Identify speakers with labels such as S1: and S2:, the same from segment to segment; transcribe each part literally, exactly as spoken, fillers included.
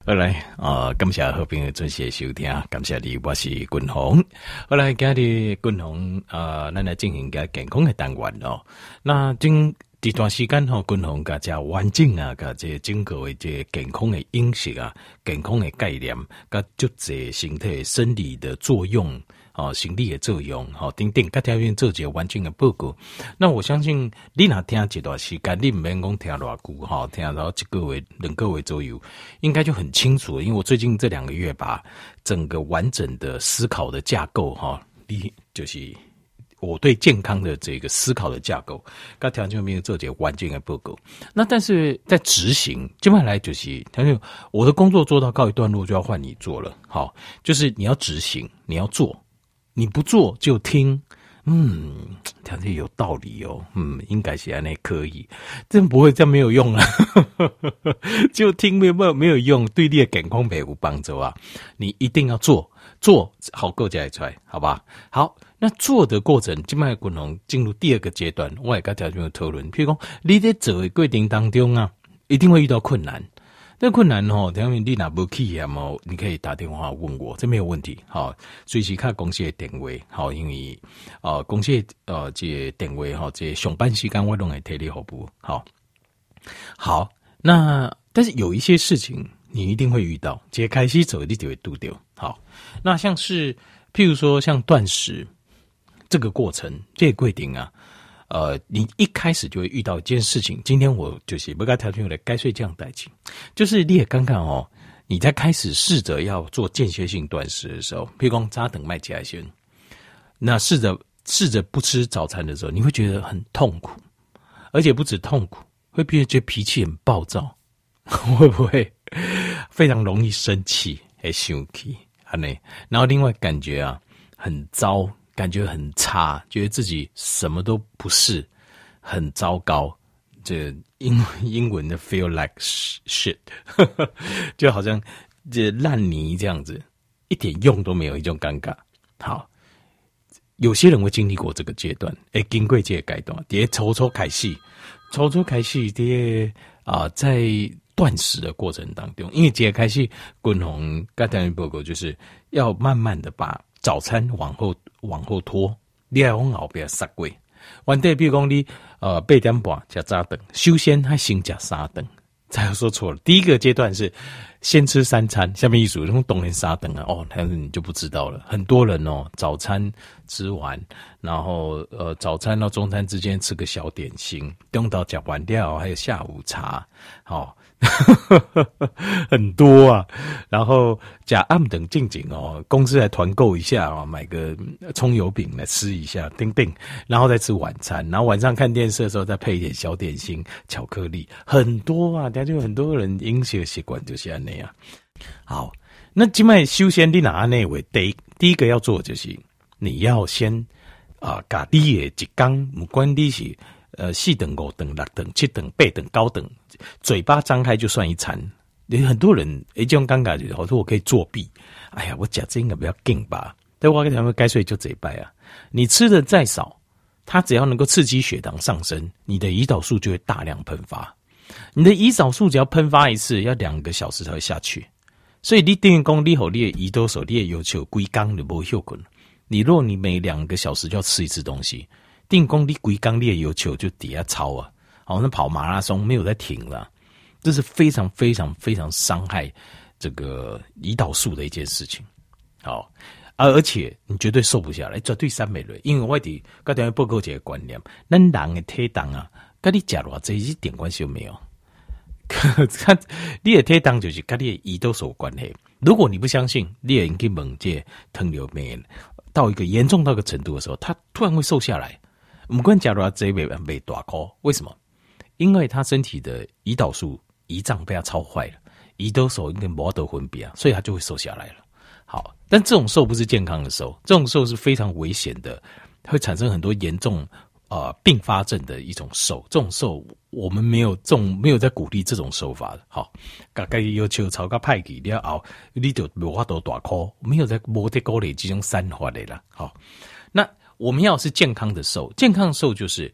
S1: 好来啊、呃，感谢好朋友准时收听，感谢你，我是君鸿。好来，今日君鸿啊，咱来进行个健康的单元哦。那今这段时间吼，君鸿甲这环境啊，甲这整个的这健康的饮食啊，健康的概念，甲足这身体生理的作用。哦，心理的作用，好，等等，各条件做一个完整的报告。那我相信你若听一段时间，你唔免讲听偌久，哈，听到一个月、两个月左右，应该就很清楚。因为我最近这两个月把整个完整的思考的架构，哈，你就是我对健康的这个思考的架构，各条件没有做一个完整的报告。那但是在执行，接下来就是，他就我的工作做到告一段落，就要换你做了，好，就是你要执行，你要做。你不做就听，嗯，条件有道理哦，嗯，应该是那可以，真不会这样没有用啊，就听没有没有没有用，对你的健康没有帮助啊，你一定要做，做好够才会出来，好吧？好，那做的过程，今麦滚龙进入第二个阶段，我也跟条件有讨论，譬如说你在做的过程当中啊，一定会遇到困难。这困难哦，等于你哪不去啊嘛，你可以打电话问我，这没有问题。好，随时看公司的电话，好，因为呃公司呃这电话哈，这上班时间我拢会替你服务。好，好，那但是有一些事情你一定会遇到，这开始走你就会拄掉。好，那像是譬如说像断食这个过程，这个规定啊。呃，你一开始就会遇到一件事情。今天我就是不该条件来该睡这样代情，就是你也刚刚哦，你在开始试着要做间歇性断食的时候，譬如说早等麦起来先，那试着试着不吃早餐的时候，你会觉得很痛苦，而且不止痛苦，会变得觉得脾气很暴躁，会不会非常容易生气，会生气，然后另外感觉啊很糟。感觉很差，觉得自己什么都不是，很糟糕。这英英文的 feel like shit， 就好像这烂泥这样子，一点用都没有，一种尴尬。好，有些人会经历过这个阶段，会经过这个阶段，在抽抽开始，抽抽开始在啊，在断食的过程当中，因为这个开始，滚红跟单元报告就是要慢慢的把早餐往后。往后拖，你要往后边杀过。原底比如讲你呃八点半吃早顿，首先还先吃三顿，才说错了。第一个阶段是先吃三餐，下面一组用冬天三顿啊，哦，但是你就不知道了。很多人哦，早餐吃完，然后呃早餐到中餐之间吃个小点心，用到吃完掉，还有下午茶，好、哦。很多啊，然后假暗等静静哦，公司来团购一下哦，买个葱油饼来吃一下，叮叮，然后再吃晚餐，然后晚上看电视的时候再配一点小点心、巧克力，很多啊，大家就很多人饮食习惯就是这样。好，那今麦首先你拿那为第第一个要做的就是你要先啊，把你的一天，不管你是。呃，四等、五等、六等、七等、八等、高等，嘴巴张开就算一餐。有很多人诶，这种尴尬就是，我说我可以作弊。哎呀，我讲这应该比较劲吧？但我跟他们该睡就这一拜啊。你吃的再少，它只要能够刺激血糖上升，你的胰岛素就会大量喷发。你的胰岛素只要喷发一次，要两个小时才会下去。所以你等于讲，你和你的胰岛素，你的要求规工就没效果。你若你每两个小时就要吃一次东西。定功力规刚烈有球就底下超啊，好，那跑马拉松没有在停了，这是非常非常非常伤害这个胰岛素的一件事情。好，而而且你绝对瘦不下来，绝对三美瑞，因为我哋刚才报告一个观念，咱人的体重啊，跟你假如这一点关系都没有。看你的体重就是跟你的胰岛素有关系。如果你不相信，你也可以问这糖尿病到一个严重到一个程度的时候，他突然会瘦下来。不管假如他这一辈被大哭，为什么？因为他身体的胰岛素胰脏被他超坏了，胰岛素应该没得分泌啊，所以他就会瘦下来了。好，但这种瘦不是健康的瘦，这种瘦是非常危险的，会产生很多严重呃并发症的一种瘦。这种瘦我们没有这种没有在鼓励这种瘦法的。好，大概要求超过派去，你要熬，你就没法度大哭，没有在没得鼓励这种散发的啦。好，那。我们要是健康的瘦，健康的瘦就是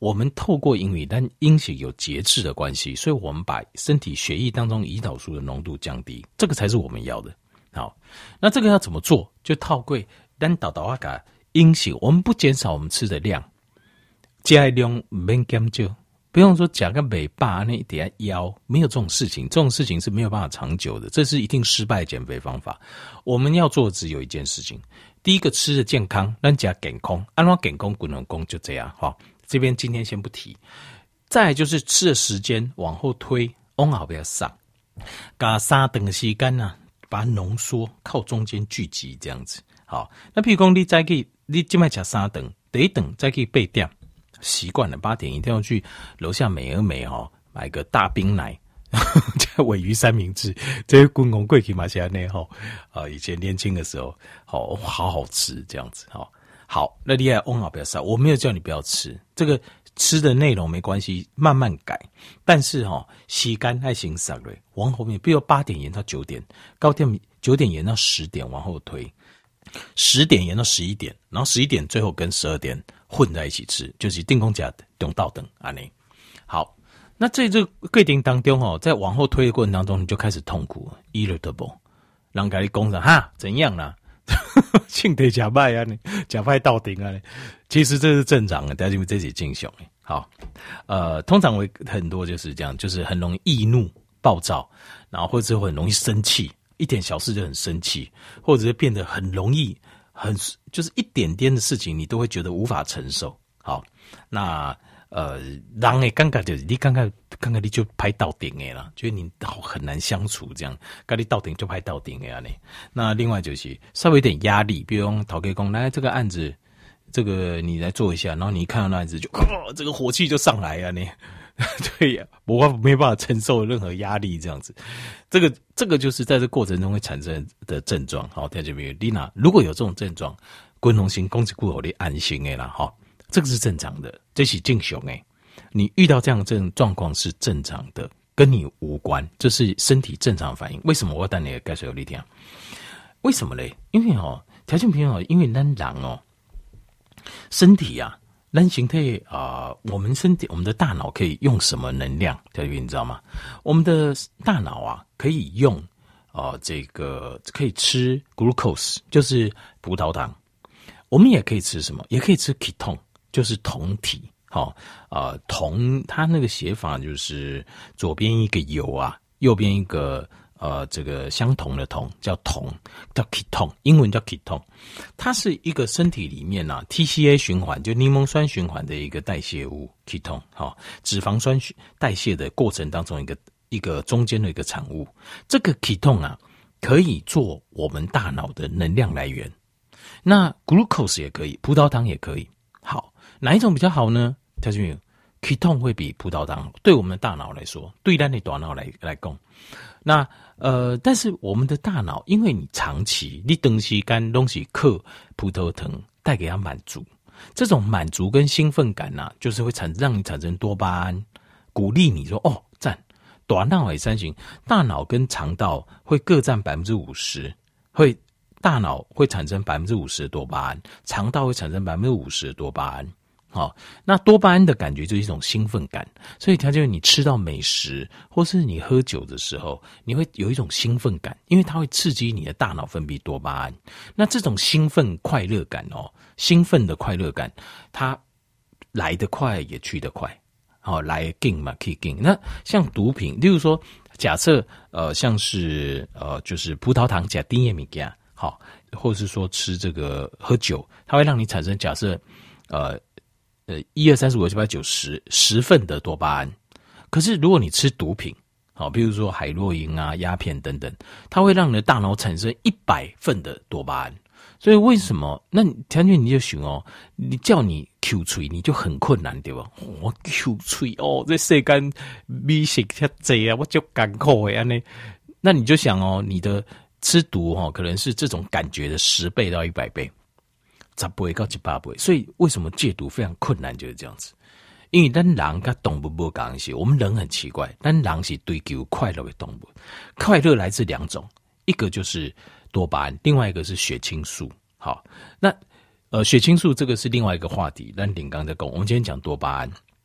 S1: 我们透过因为但饮食有节制的关系，所以我们把身体血液当中胰岛素的浓度降低，这个才是我们要的。好，那这个要怎么做？就套柜但导导啊个饮食，我们不减少我们吃的量，吃的量不免减少。不用说讲个美霸那底下腰，没有这种事情，这种事情是没有办法长久的，这是一定失败的减肥方法。我们要做的只有一件事情，第一个吃的健康，咱加健康，按照健康滚龙功就这样哈。这边今天先不提，再来就是吃的时间往后推，往后不要上，把三顿的时间呢、啊，把它浓缩，靠中间聚集这样子。好，那譬如说你再去，你今麦吃三顿，第一顿再去八点。习惯了八点一定要去楼下美而美哈、哦、买个大冰奶，加鲔鱼三明治，这些滚红贵起马西亚内哈啊，以前年轻的时候好好好吃这样子哈、哦。好，那你也翁好不要少，我没有叫你不要吃，这个吃的内容没关系，慢慢改。但是哈、哦，洗干爱行少嘞，往后面，比如八点延到九点，高点九点延到十点，往后推。十点延到十一点，然后十一点最后跟十二点混在一起吃，就是定公家的中道等啊你。好，那在这个规定当中哦，在往后推的过程当中，你就开始痛苦 ，irritable， 让家里讲上哈怎样啦？性得假败啊你，假败到顶啊你。其实这是正常的，但是这是正常的。好，呃，通常会很多就是这样，就是很容易易怒、暴躁，然后或者很容易生气。一点小事就很生气，或者是变得很容易，很就是一点点的事情你都会觉得无法承受。好，那呃，人的尴尬就是你刚刚刚刚你就拍到顶的啦，觉得你很难相处，这样跟你到顶就拍到顶的呢。那另外就是稍微有点压力，比如说讨给工来这个案子，这个你来做一下，然后你一看到那案子就，哦、这个火气就上来了呢。对呀，我没办法承受任何压力，这样子，这个这个就是在这过程中会产生的症状。好，大家没有？丽娜，如果有这种症状，滚龙型攻击固有的安心的啦，哈，这个是正常的，这是正常诶。你遇到这样的这种状况是正常的，跟你无关，这是身体正常反应。为什么我要带你盖水有力量？为什么嘞？因为哦，条件朋友，因为咱人哦，身体啊。人形态啊、呃，我们身体，我们的大脑可以用什么能量？条件你知道吗？我们的大脑啊，可以用啊、呃，这个可以吃 glucose， 就是葡萄糖。我们也可以吃什么？也可以吃 ketone， 就是酮体。好、哦，呃，酮它那个写法就是左边一个铀啊，右边一个。呃，这个相同的酮叫酮，叫 ketone， 英文叫 ketone， 它是一个身体里面啊 T C A 循环，就柠檬酸循环的一个代谢物 ketone， 好、哦，脂肪酸代谢的过程当中一个一个中间的一个产物。这个 ketone 啊，可以做我们大脑的能量来源。那 glucose 也可以，葡萄糖也可以。好，哪一种比较好呢？条件没有 ketone 会比葡萄糖对我们的大脑来说，对咱的大脑来来讲。那呃，但是我们的大脑，因为你长期你长时间东西嗑葡萄糖，带给它满足，这种满足跟兴奋感呐、啊，就是会产让你产生多巴胺，鼓励你说哦赞，大脑也三型，大脑跟肠道会各占百分之五十，会大脑会产生百分之五十的多巴胺，肠道会产生百分之五十的多巴胺。好，那多巴胺的感觉就是一种兴奋感，所以它就是你吃到美食或是你喝酒的时候，你会有一种兴奋感，因为它会刺激你的大脑分泌多巴胺。那这种兴奋快乐感哦，兴奋的快乐感，它来得快也去得快，好、哦、来劲嘛可以劲。那像毒品，例如说，假设呃像是呃就是葡萄糖加丁叶米加，好，或者是说吃这个喝酒，它会让你产生假设呃。呃，一二三四五六七八九十十份的多巴胺，可是如果你吃毒品，好，比如说海洛因啊、鸦片等等，它会让你的大脑产生一百份的多巴胺。所以为什么？那条件你就想哦，你叫你 Q 嘴，你就很困难对吧？我 Q 嘴哦，这世间美食太多啊，我就艰苦的安尼。那你就想哦，你的吃毒哦，可能是这种感觉的十倍到一百倍。十倍到一百倍，所以为什么戒毒非常困难就是这样子。因为咱人跟动物不同是，我们人很奇怪，咱人是追求快乐的动物。快乐来自两种，一个就是多巴胺，另外一个是血清素。好，那呃血清素这个是另外一个话题，咱顶刚在讲，我们今天讲多巴胺。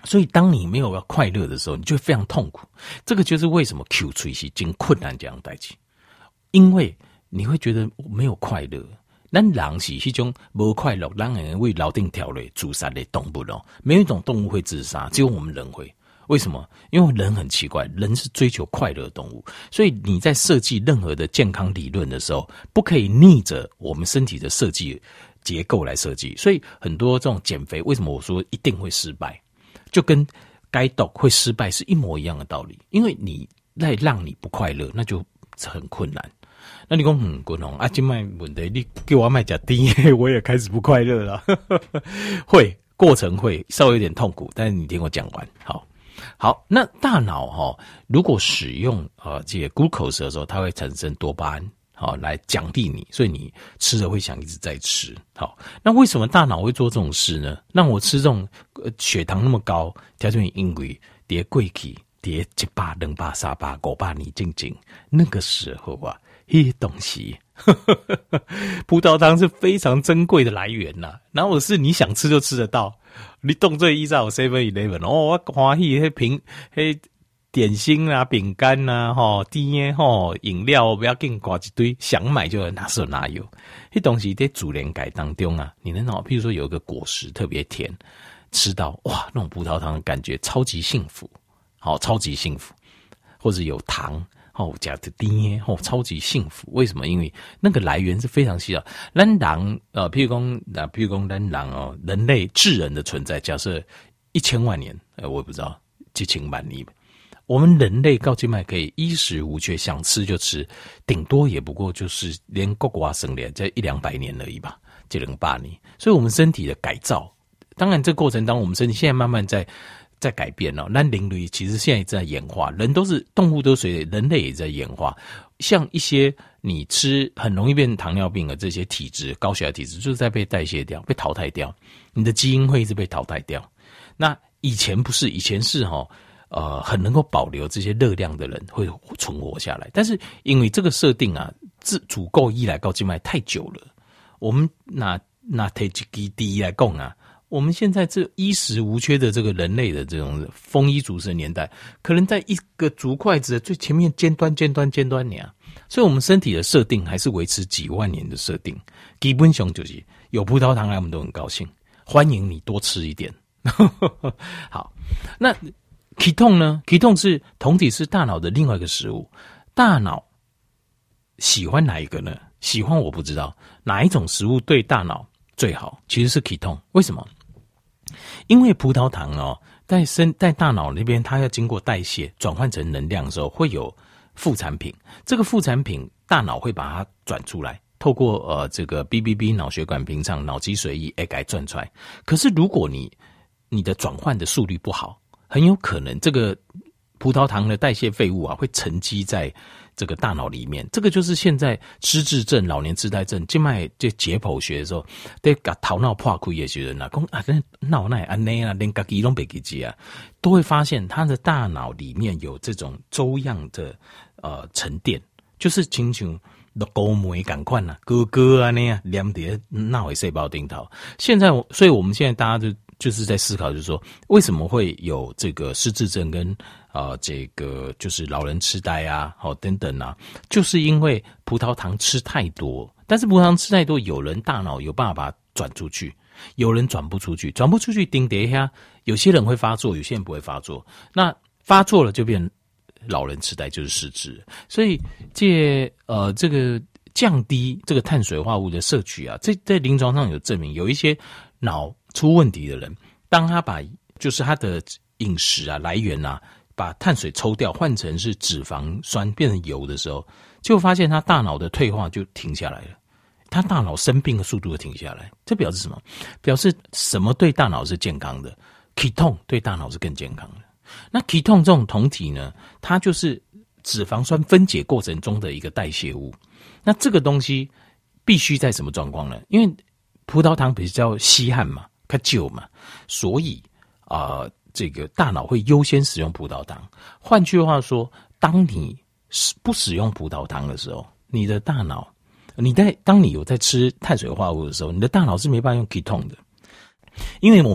S1: 所以当你没有要快乐的时候，你就会非常痛苦。这个就是为什么 Q 吹是真困难这样代志，因为你会觉得没有快乐。咱人是一种没快乐，让人为老定条类自杀的动物咯。没有一种动物会自杀，只有我们人会。为什么？因为人很奇怪，人是追求快乐的动物，所以你在设计任何的健康理论的时候，不可以逆着我们身体的设计结构来设计。所以很多这种减肥，为什么我说一定会失败，就跟该动会失败是一模一样的道理。因为你在让你不快乐，那就很困难。那你说嗯，滚龙啊，今麦问题你给我买假低，我也开始不快乐了。会过程会稍微有点痛苦，但是你听我讲完，好。好，那大脑哈、哦，如果使用呃这些 glucose 的时候，它会产生多巴胺，好、哦、来奖励你，所以你吃了会想一直在吃。好，那为什么大脑会做这种事呢？让我吃这种、呃、血糖那么高，条件因为叠贵气叠一百、两百、三百、五百你静静那个时候啊，一东西。葡萄糖是非常珍贵的来源呐、啊，然后是你想吃就吃得到。你动作依照 seven eleven 哦，我欢喜迄平迄点心啊、饼干啊、吼甜吼饮料，不要紧挂一堆，想买就哪时候哪有。迄东西在主连改当中啊，你能好，譬如说有一个果实特别甜，吃到哇那种葡萄糖的感觉超级幸福，好超级幸福，或者有糖。哦，加的甜哦，超级幸福。为什么？因为那个来源是非常稀少。咱人呃，譬如讲，譬如讲，咱人哦，人类智人的存在，假设一千万年，呃，我也不知道几千万年，我们人类到今麦可以衣食无缺，想吃就吃，顶多也不过就是连国瓜生连在一两百年而已吧，这两百年。所以，我们身体的改造，当然这过程当中，我们身体现在慢慢在。在改变了，那人类其实现在也在演化，人都是动物都随人类也在演化。像一些你吃很容易变糖尿病的这些体质，高血压体质，就是在被代谢掉、被淘汰掉，你的基因会一直被淘汰掉。那以前不是，以前是哈、哦，呃，很能够保留这些热量的人会存活下来。但是因为这个设定啊，自足够依赖高静脉太久了，我们拿拿 T G D 来讲啊。我们现在这衣食无缺的这个人类的这种丰衣足食的年代，可能在一个竹筷子的最前面尖端、尖端、尖端年，所以我们身体的设定还是维持几万年的设定。基本上就是有葡萄糖来，我们都很高兴，欢迎你多吃一点。好，那 ketone 呢 ？ketone 是酮体是大脑的另外一个食物。大脑喜欢哪一个呢？喜欢我不知道哪一种食物对大脑最好，其实是 ketone。为什么？因为葡萄糖哦，在身在大脑那边，它要经过代谢转换成能量的时候，会有副产品。这个副产品，大脑会把它转出来，透过呃这个 B B B 脑血管屏障、脑脊髓液来给转出来。可是如果你你的转换的速率不好，很有可能这个葡萄糖的代谢废物啊，会沉积在这个大脑里面。这个就是现在失智症、老年痴呆症，静脉这解剖学的时候，在把头脑破开的时候啊，讲啊，脑内安内啊，连自己都不记记啊，都会发现他的大脑里面有这种粥样的呃沉淀，就是亲像高煤赶快呐，哥哥啊那样连在脑的细胞顶头。现在，所以我们现在大家就就是在思考，就是说为什么会有这个失智症跟啊、呃、这个就是老人痴呆啊，好、哦、等等啊，就是因为葡萄糖吃太多。但是葡萄糖吃太多，有人大脑有办法把它转出去，有人转不出去，转不出去顶底下，有些人会发作，有些人不会发作。那发作了就变老人痴呆，就是失智。所以借呃这个降低这个碳水化合物的摄取啊，这在临床上有证明，有一些脑出问题的人，当他把就是他的饮食啊来源啊，把碳水抽掉，换成是脂肪酸变成油的时候，就发现他大脑的退化就停下来了，他大脑生病的速度就停下来。这表示什么？表示什么对大脑是健康的 ？ketone 对大脑是更健康的。那 ketone 这种酮体呢，它就是脂肪酸分解过程中的一个代谢物。那这个东西必须在什么状况呢？因为葡萄糖比较稀罕嘛，较旧嘛，所以啊、呃，这个大脑会优先使用葡萄糖。换句话说，当你不使用葡萄糖的时候，你的大脑，你在当你有在吃碳水化合物的时候，你的大脑是没办法用 ketone 的，因为我们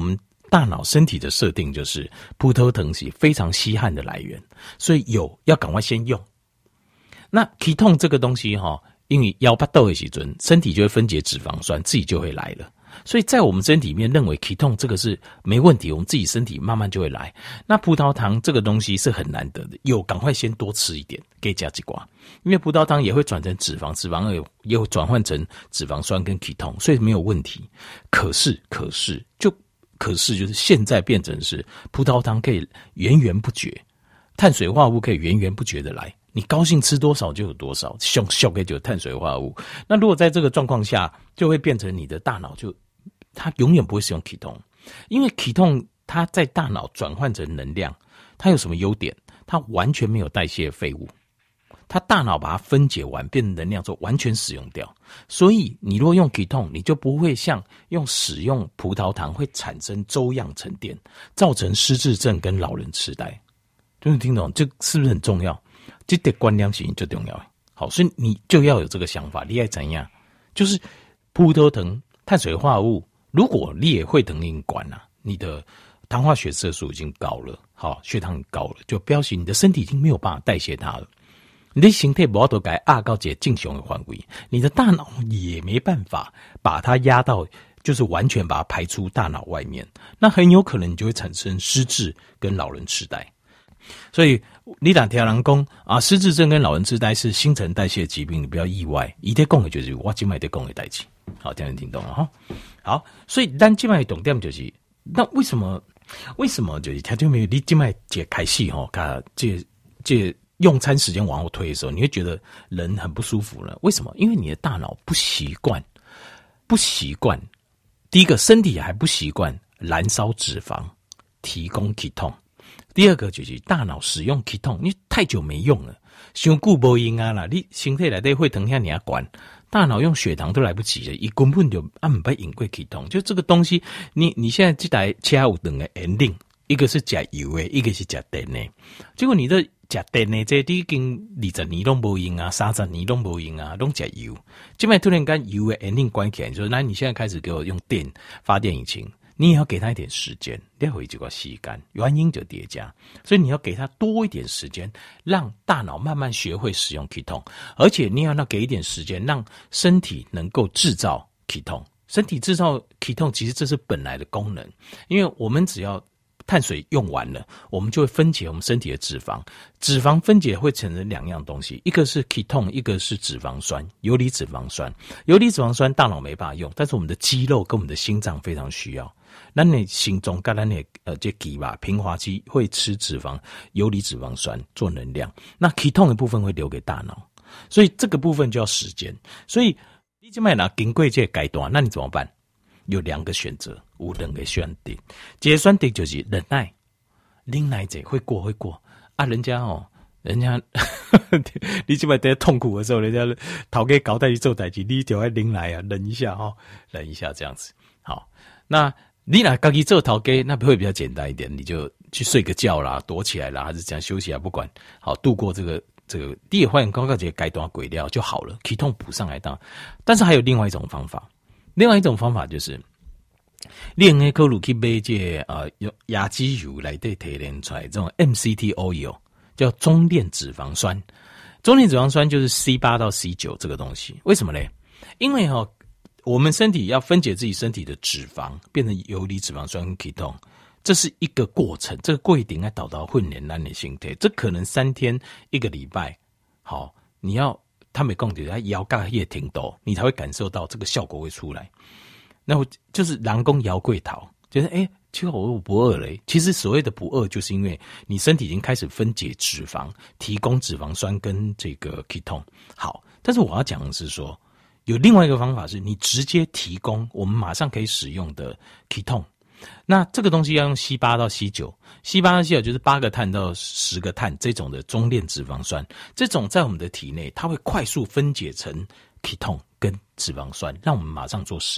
S1: 大脑身体的设定就是葡萄糖是非常稀罕的来源，所以有要赶快先用。那体痛这个东西哈，因为腰巴豆的时阵，身体就会分解脂肪酸，自己就会来了。所以在我们身体里面认为体痛这个是没问题，我们自己身体慢慢就会来。那葡萄糖这个东西是很难得的，有赶快先多吃一点，给加几瓜，因为葡萄糖也会转成脂肪，脂肪也也会转换成脂肪酸跟体痛，所以没有问题。可是，可是就可是就是现在变成是葡萄糖可以源源不绝，碳水化合物可以源源不绝的来。你高兴吃多少就有多少，咻咻给就有碳水化合物。那如果在这个状况下，就会变成你的大脑就它永远不会使用体痛，因为体痛它在大脑转换成能量，它有什么优点？它完全没有代谢废物，它大脑把它分解完变成能量之后完全使用掉。所以你如果用体痛，你就不会像用使用葡萄糖会产生粥样沉淀，造成失智症跟老人痴呆。就是听懂这是不是很重要？这点观念性就重要。好，所以你就要有这个想法，你要怎样？就是葡萄糖、碳水化合物，如果你也会疼你管啊，你的糖化血色素已经高了，好，血糖很高了，就表示你的身体已经没有办法代谢它了。你的形态不要都改压到这正常的范围，你的大脑也没办法把它压到，就是完全把它排出大脑外面，那很有可能你就会产生失智跟老人痴呆。所以你若听人讲啊，失智症跟老人痴呆是新陈代谢疾病，你不要意外。伊在讲的就是我今麦在讲的代志，好，听人听懂了哈。好，所以咱今麦重点就是，那为什么为什么就是听就没有你今麦解开戏哈？看这这用餐时间往后推的时候，你会觉得人很不舒服了。为什么？因为你的大脑不习惯，不习惯。第一个，身体还不习惯燃烧脂肪，提供体痛。第二个就是大脑使用体痛，你太久没用了，伤久没用啊啦，你身体内底会疼下你要管，大脑用血糖都来不及了，伊根本就按不用过体痛。就这个东西，你你现在这台车有两个 ending， 一个是加油的，一个是加电的。结果你的加电的这已经二十年都没用啊，三十年都没用啊，都加油。这边突然间油的 ending 关起来，就是那你现在开始给我用电发电引擎。你也要给他一点时间，要回这个时间，原因就叠加，所以你要给他多一点时间，让大脑慢慢学会使用体痛，而且你要那给一点时间，让身体能够制造体痛。身体制造体痛，其实这是本来的功能，因为我们只要碳水用完了，我们就会分解我们身体的脂肪，脂肪分解会产生两样东西，一个是体痛，一个是脂肪酸，游离脂肪酸。游离脂肪酸大脑没办法用，但是我们的肌肉跟我们的心脏非常需要。咱的心中跟咱的呃这肌吧平滑肌会吃脂肪，游离脂肪酸做能量，那体痛的部分会留给大脑，所以这个部分就要时间。所以你现在拿经过这个阶段，那你怎么办？有两个选择，有两个选择。这个选择就是忍耐，忍耐者会过会过啊，人家哦。人家你现在在痛苦的时候，人家讨给搞带去做代志，你就要忍来啊，忍一下哈，忍一下这样子。好，那你拿自己做讨给，那会比较简单一点，你就去睡个觉啦，躲起来啦，还是这样休息啊，不管，好度过这个这个第一换刚刚这个该断鬼料就好了，体痛补上来当。但是还有另外一种方法，另外一种方法就是，你用那可鲁去买这呃用亚基油来对提炼出来这种 M C T oil。叫中链脂肪酸，中链脂肪酸就是 C 八 到 C 九 这个东西。为什么呢？因为齁，我们身体要分解自己身体的脂肪，变成游离脂肪酸跟体痛，这是一个过程。这个过程要导到混连咱的身体，这可能三天一个礼拜。好，你要他们讲的，他摇杠也挺多，你才会感受到这个效果会出来。那我就是人工摇柜桃，就是哎。其实我不饿嘞，其实所谓的不饿，就是因为你身体已经开始分解脂肪，提供脂肪酸跟这个体痛。好，但是我要讲的是说，有另外一个方法是你直接提供我们马上可以使用的体痛。那这个东西要用 C 八 到 C 九， C 八 到 C 九 就是八个碳到十个碳这种的中链脂肪酸，这种在我们的体内它会快速分解成体痛跟脂肪酸，让我们马上做使用。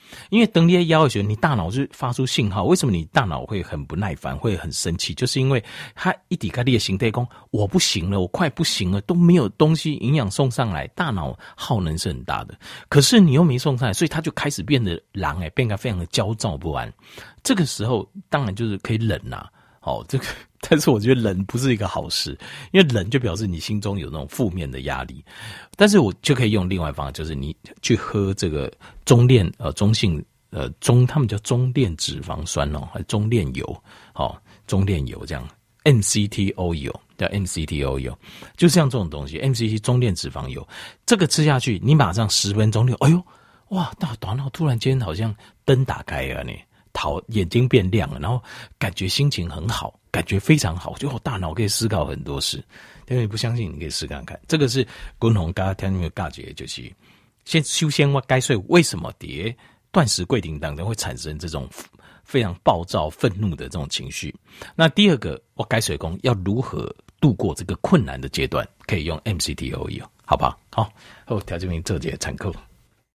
S1: 因为等你在腰的时候，你大脑就发出信号。为什么你大脑会很不耐烦，会很生气？就是因为它一抵开你的形态讲，我不行了，我快不行了，都没有东西营养送上来，大脑耗能是很大的。可是你又没送上来，所以它就开始变得狼哎，变得非常的焦躁不安。这个时候当然就是可以忍呐、啊。好、哦，这个，但是我觉得忍不是一个好事，因为忍就表示你心中有那种负面的压力。但是我就可以用另外一方法，就是你去喝这个中链呃中性呃中，他们叫中链脂肪酸哦，还是中链油，好、哦，中链油这样 M C T O 油叫 M C T O 油，就像这种东西 M C T 中链脂肪油，这个吃下去，你马上十分钟就，哎呦，哇，大大脑突然间好像灯打开了呢。头眼睛变亮了，然后感觉心情很好，感觉非常好，就我大脑可以思考很多事。因为你不相信，你可以试看看。这个是滚红刚刚听你们大姐，就是先修仙我该睡，为什么跌断食跪顶当中会产生这种非常暴躁、愤怒的这种情绪？那第二个，我该水工要如何度过这个困难的阶段？可以用 M C T O 油，好不好？好，后条件名这节参考。